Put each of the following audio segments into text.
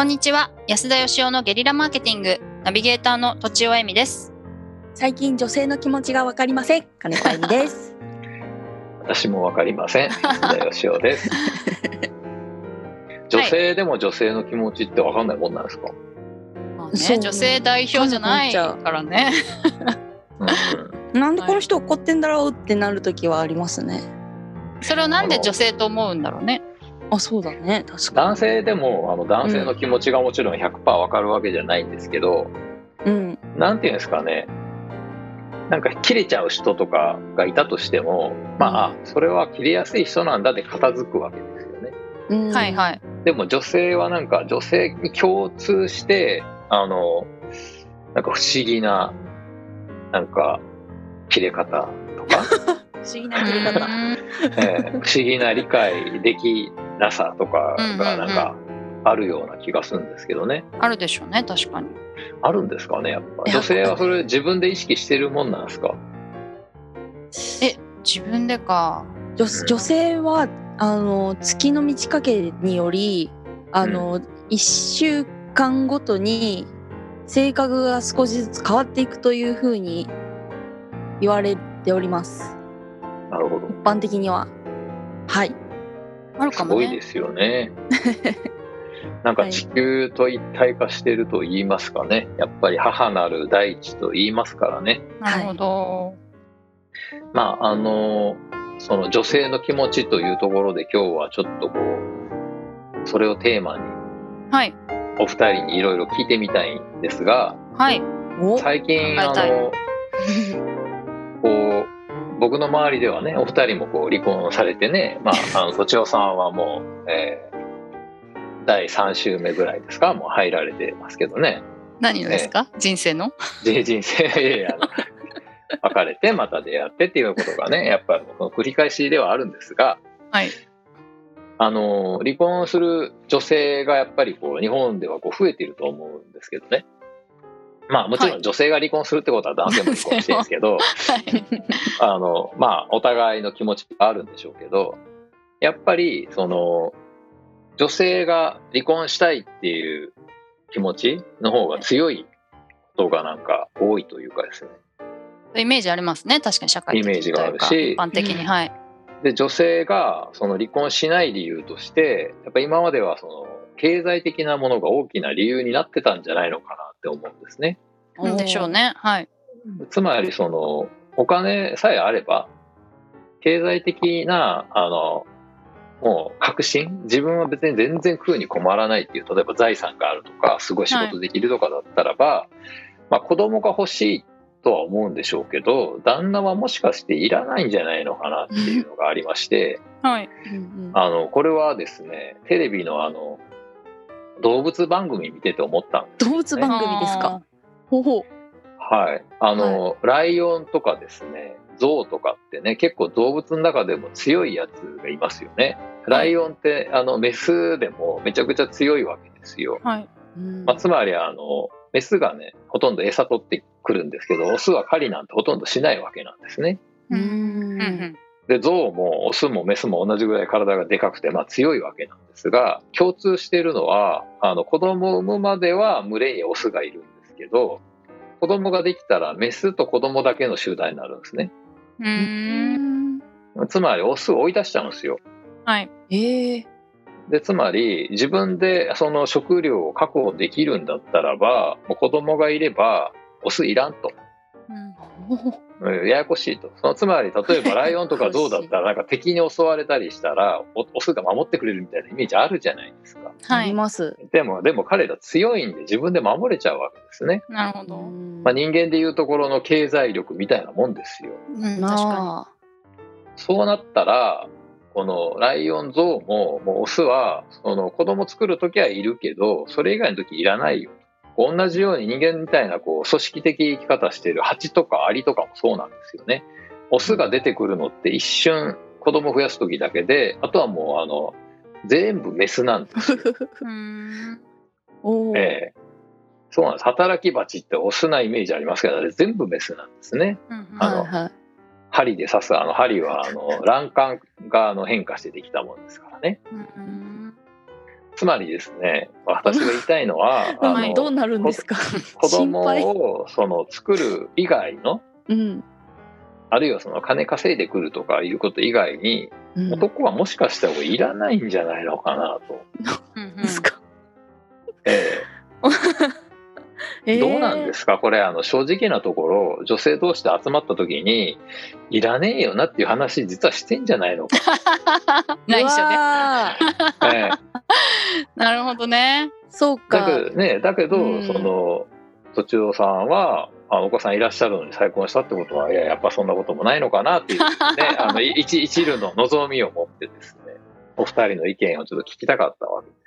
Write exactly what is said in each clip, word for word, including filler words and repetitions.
んにちは。安田義雄のゲリラマーケティングナビゲーターのとちおえみです。 最近女性の気持ちがわかりません、金子えみです私もわかりません、安田義雄です女性でも女性の気持ちってわかんないもんなんですか？ まあね、女性代表じゃないからねうん、なんでこの人怒ってんだろうってなるときはありますね。 それをなんで女性と思うんだろうね。 あ、そうだね、確かに。 男性でもあの男性の気持ちがもちろん ひゃくパーセント わかるわけじゃないんですけど、うん、なんていうんですかね、なんか切れちゃう人とかがいたとしても、まあ、うん、それは切れやすい人なんだって片付くわけですよね、 うん、はいはい。 でも女性はなんか女性に共通してあのなんか不思議ななんか切れ方とか不思議な切れ方、 えー、不思議な理解できなさとかがなんかあるような気がするんですけどね。 うんうんうん、あるでしょうね、確かに。 あるんですかね、やっぱ女性はそれ自分で意識してるもんなんですか？ え、自分でか。 女, 女性はあの月の満ち欠けによりあの、うん、いっしゅうかんごとに性格が少しずつ変わっていくというふうに言われております。 なるほど。 一般的にははい、 あるかもね。 すごいですよねなんか地球と一体化していると言いますかね、やっぱり母なる大地と言いますからね。 なるほど、はい、 まああのその女性の気持ちというところで今日はちょっとこうそれをテーマに、はい、お二人にいろいろ聞いてみたいんですが、はい、最近あのこう僕の周りではね、お二人もこう離婚されてね、まああのとちおさんはもう、えー、だいさん週目ぐらいですか、もう入られてますけどね。 何のですか、えー、人生の人生いやいや別れてまた出会ってっていうことがね、やっぱりこの繰り返しではあるんですが、はい、あの離婚する女性がやっぱりこう日本ではこう増えていると思うんですけどね。まあもちろん女性が離婚するってことは男性も離婚してるんですけど、はい、あのまあお互いの気持ちがあるんでしょうけど、やっぱりその女性が離婚したいっていう気持ちの方が強いことがなんか多いというかですね。 イメージありますね、確かに社会的イメージがあるし、 一般的に、はい。 で女性がその離婚しない理由としてやっぱ今まではその経済的なものが大きな理由になってたんじゃないのかなって思うんですね。 でしょうね、はい。 つまりそのお金さえあれば経済的なあのもう確信、自分は別に全然食うに困らないっていう、例えば財産があるとかすごい仕事できるとかだったらば、はい、まあ、子供が欲しいとは思うんでしょうけど、旦那はもしかしていらないんじゃないのかなっていうのがありまして、はい、あのこれはですね、テレビのあの動物番組見てて思ったんです、ね、 動物番組ですか？ほうほう。 はい、あの、はい、ライオンとかですね、ゾウとかってね、結構動物の中でも強いやつがいますよね。ライオンってあのメスでもめちゃくちゃ強いわけですよ、はい。まあ、つまりあのメスがねほとんど餌取ってくるんですけど、オスは狩りなんてほとんどしないわけなんですね。うーんでゾウもオスもメスも同じぐらい体がでかくて、まあ、強いわけなんですが、共通しているのはあの子供を産むまでは群れにオスがいるんですけど、子供ができたらメスと子供だけの集団になるんですね。うーんつまりオスを追い出しちゃうんですよ。はい。えー、でつまり自分でその食料を確保できるんだったらば、もう子供がいればオスいらんと、うん、ややこしいと。そのつまり例えばライオンとかゾウだったらなんか敵に襲われたりしたらオスが守ってくれるみたいなイメージあるじゃないですか。 はい、あります。 でもでも彼ら強いんで自分で守れちゃうわけですね。 なるほど。 まあ、人間でいうところの経済力みたいなもんですよ。 うん、確かに。 そうなったらこのライオンゾウも、もうオスはその子供作るときはいるけどそれ以外のときいらないよ。同じように人間みたいなこう組織的生き方しているハチとかアリとかもそうなんですよね。オスが出てくるのって一瞬子供増やすときだけで、あとはもうあの全部メスなんですよ。うーんお、えー、そうなんです。働き蜂ってオスなイメージありますけど、あれ全部メスなんですね。うん、あの、はいはい、針で刺すあの針はあの卵管があの変化してできたものですからね。うん、 つまりですね、私が言いたいのはあのどうなるんですか子供心配をその作る以外の、 うんあるいはその金稼いでくるとかいうこと以外に、 うん男はもしかしたらいらないんじゃないのかなと、 うんうんですかええどうなんですかこれ、あの正直なところ女性同士で集まった時にいらねえよなっていう話実はしてんじゃないのか、 内緒で。 でええなるほどね。そうか。 だけどね、だけど、 うんそのとちおさんはあお子さんいらっしゃるのに再婚したってことは、いややっぱそんなこともないのかなっていうねあの一一縷の望みを持ってですね、お二人の意見をちょっと聞きたかったわけです。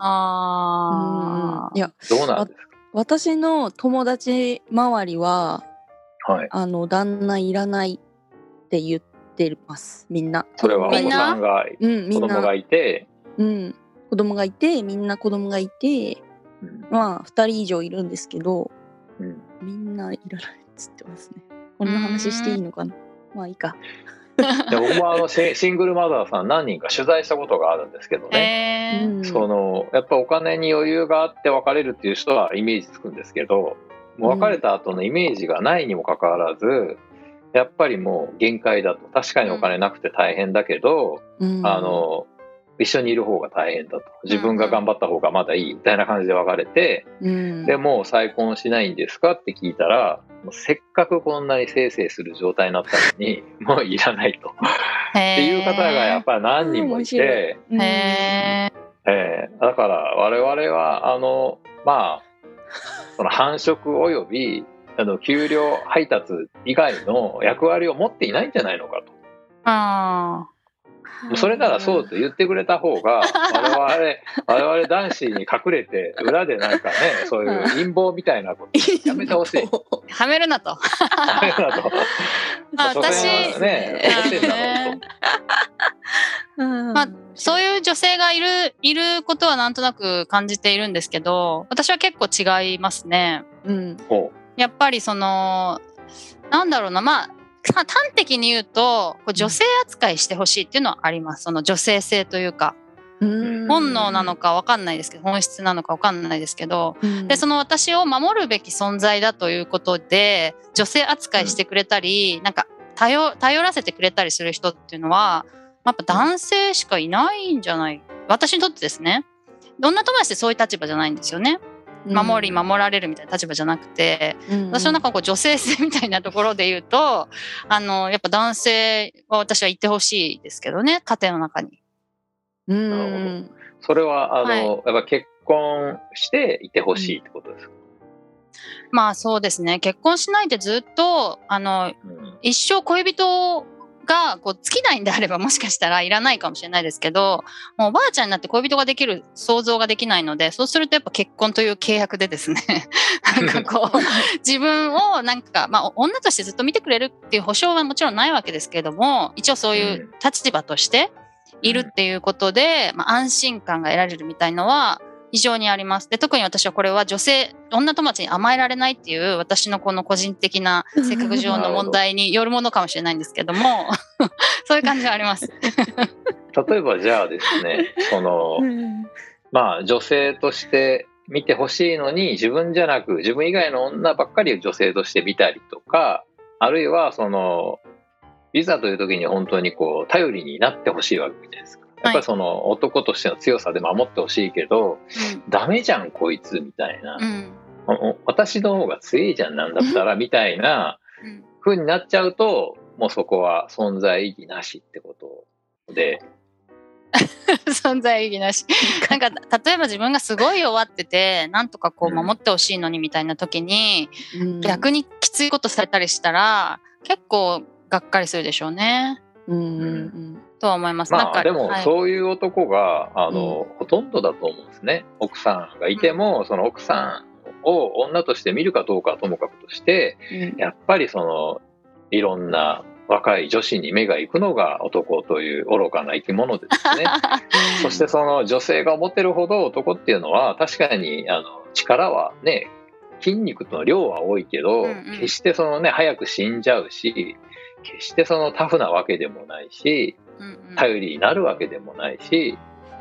あうんいやどうなんです私の友達周りはか。はい。 あの旦那いらないって言ってますみんな。 それはお子みんなさんがうんみんな子供がいて、 うん子供がいてみんな子供がいてうんまあふたり以上いるんですけどうんみんないらないっつってますね。こんな話していいのかな。まあいいか。 で僕もあのシシングルマザーさん何人か取材したことがあるんですけどね、 えーうんそのやっぱお金に余裕があって別れるっていう人はイメージつくんですけど、もう別れた後のイメージがないにもかかわらず、やっぱりもう限界だと。確かにお金なくて大変だけど、 うんあの一緒にいる方が大変だと、自分が頑張った方がまだいいみたいな感じで別れて、 うんでもう再婚しないんですかって聞いたら、もうせっかくこんなにせいせいする状態になったのにもういらないとっていう方がやっぱり何人もいて、 うんへえーだから我々はあのまあその繁殖およびあの給料配達以外の役割を持っていないんじゃないのかと。 あそれならそうと言ってくれた方が我々我々男子に隠れて裏でなんかね、そういう陰謀みたいなことやめてほしい。 ーはめるなと。 ダメだと。 あ所詮私はね思ってんだろうと。 うんまあ、そういう女性がいるいることはなんとなく感じているんですけど、私は結構違いますね。 うんほやっぱりそのなんだろうな、まあ端的に言うとこう女性扱いしてほしいっていうのはあります。その女性性というかうん本能なのか分かんないですけど、本質なのか分かんないですけど、 うんでその私を守るべき存在だということで女性扱いしてくれたり、なんか頼頼らせてくれたりする人っていうのはやっぱ男性しかいないんじゃない、私にとってですね。女友達ってそういう立場じゃないんですよね。守り守られるみたいな立場じゃなくて、 うん私はなんかこう女性性みたいなところで言うと、あのやっぱ男性は私はいてほしいですけどね、家庭の中に。 うんなるほど。それはあの、 はいやっぱ結婚していてほしいってことですか。 まあそうですね、結婚しないでずっとあのうん一生恋人がこう尽きないんであればもしかしたらいらないかもしれないですけど、もうおばあちゃんになって恋人ができる想像ができないので、そうするとやっぱ結婚という契約でですねなんかこう自分をなんか、まあ、女としてずっと見てくれるっていう保証はもちろんないわけですけれども、一応そういう立場としているっていうことで、まあ、安心感が得られるみたいのは非常にあります。で、特に私はこれは女性女友達に甘えられないっていう私のこの個人的な性格上の問題によるものかもしれないんですけどもそういう感じはあります。 例えばじゃあですね、そのうんまあ女性として見てほしいのに自分じゃなく自分以外の女ばっかりを女性として見たりとか、あるいはそのいざという時に本当にこう頼りになってほしいわけじゃないですか。やっぱりその男としての強さで守ってほしいけど、ダメじゃんこいつみたいな、 うんお私の方が強いじゃんなんだったらみたいなうん風になっちゃうと、もうそこは存在意義なしってことで、 存在意義なしなんか例えば自分がすごい弱っててなんとかこう守ってほしいのにみたいな時に、 うん逆にきついことされたりしたら結構がっかりするでしょうねうんうんとは思います。なんかまあでもはいそういう男があの、ほとんどだと思うんですね。奥さんがいても、その奥さんを女として見るかどうかはともかくとして、 うんやっぱりそのいろんな若い女子に目が行くのが男という愚かな生き物ですね。そしてその女性が思ってるほど男っていうのは確かにあの力はね、筋肉の量は多いけど、 うんうん決してそのね早く死んじゃうし、決してそのタフなわけでもないし、 うんうん頼りになるわけでもないし、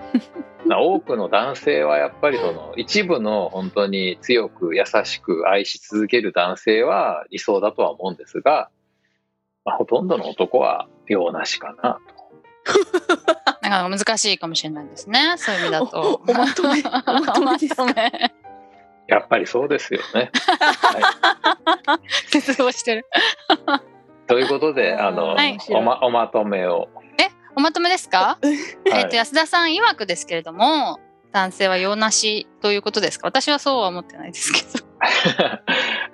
多くの男性はやっぱりその一部の本当に強く優しく愛し続ける男性は理想だとは思うんですが、まあ、ほとんどの男は用なしかなと。 なんか難しいかもしれないですね、そういう意味だと。 おまとめおまとめですか。 やっぱりそうですよね。はい、 絶望してる。 ということであの、はい、お, まおまとめを。 えおまとめですか？ はい、 えーと安田さん曰くですけれども、男性は用なしということですか？私はそうは思ってないですけど。 はい、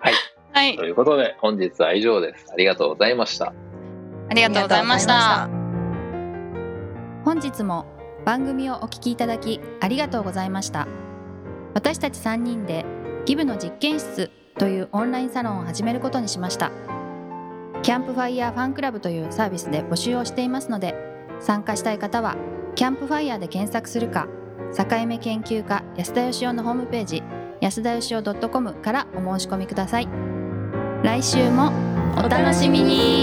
はい、ということで本日は以上です。ありがとうございました。 ありがとうございました。 本日も番組をお聞きいただきありがとうございました。私たちさんにんでギブの実験室というオンラインサロンを始めることにしました。キャンプファイヤーファンクラブというサービスで募集をしていますので、参加したい方はキャンプファイヤーで検索するか、境目研究家安田義雄のホームページ安田義雄 .com からお申し込みください。来週もお楽しみに。